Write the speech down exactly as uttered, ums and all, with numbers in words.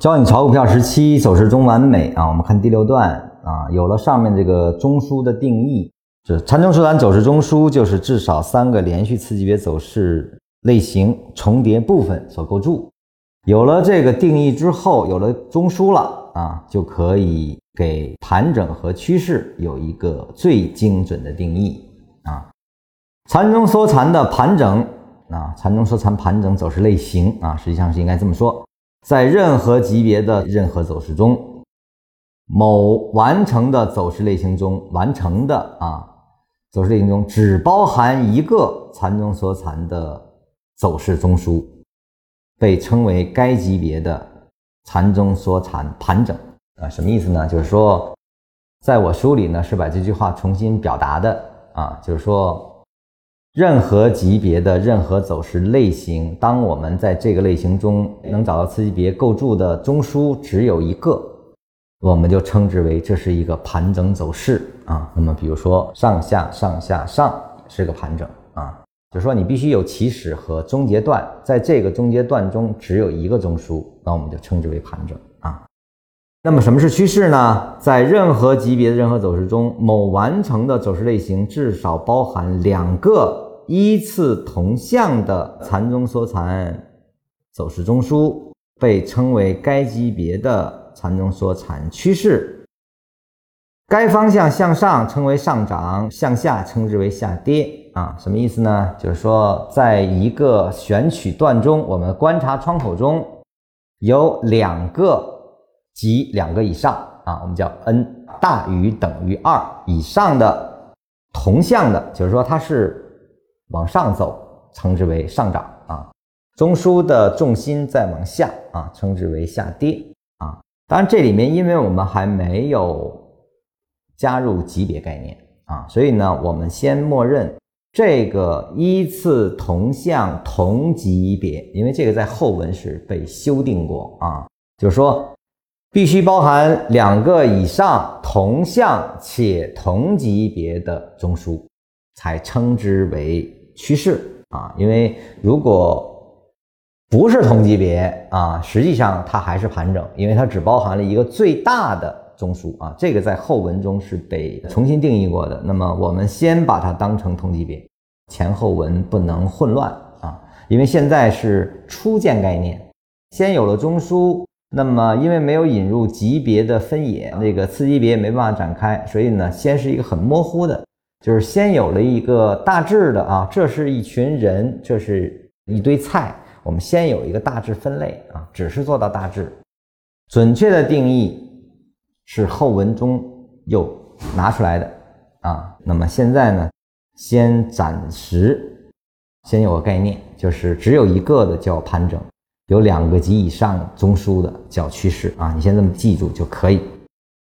教你炒股票时期走势中完美啊！我们看第六段啊，有了上面这个中枢的定义，这缠中说盘走势中枢就是至少三个连续次级别走势类型重叠部分所构筑。有了这个定义之后，有了中枢了啊，就可以给盘整和趋势有一个最精准的定义啊。缠中说盘的盘整啊，缠中说盘盘整走势类型啊，实际上是应该这么说。在任何级别的任何走势中，某完成的走势类型中，完成的啊走势类型中只包含一个缠中说盘的走势中枢，被称为该级别的缠中说盘盘整啊。什么意思呢？就是说，在我书里呢是把这句话重新表达的啊，就是说。任何级别的任何走势类型，当我们在这个类型中能找到次级别构筑的中枢只有一个，我们就称之为这是一个盘整走势啊。那么比如说上下上下上是个盘整啊，就是说你必须有起始和终结段，在这个终结段中只有一个中枢，那我们就称之为盘整啊。那么什么是趋势呢？在任何级别的任何走势中，某完成的走势类型至少包含两个依次同向的缠中说盘走势中枢，被称为该级别的缠中说盘趋势。该方向向上称为上涨，向下称之为下跌啊。什么意思呢？就是说在一个选取段中，我们观察窗口中有两个及两个以上啊，我们叫 n 大于等于二以上的同向的，就是说它是往上走，称之为上涨啊。中枢的重心在往下啊，称之为下跌啊。当然这里面因为我们还没有加入级别概念啊，所以呢我们先默认这个依次同向同级别，因为这个在后文是被修订过啊，就是说必须包含两个以上同向且同级别的中枢，才称之为趋势啊。因为如果不是同级别啊，实际上它还是盘整，因为它只包含了一个最大的中枢啊。这个在后文中是被重新定义过的。那么我们先把它当成同级别，前后文不能混乱啊，因为现在是初见概念，先有了中枢。那么因为没有引入级别的分野，那个次级别没办法展开，所以呢先是一个很模糊的，就是先有了一个大致的啊，这是一群人，这是一堆菜，我们先有一个大致分类啊，只是做到大致。准确的定义是后文中又拿出来的啊。那么现在呢先暂时先有个概念，就是只有一个的叫盘整，有两个及以上中枢的叫趋势啊，你先这么记住就可以。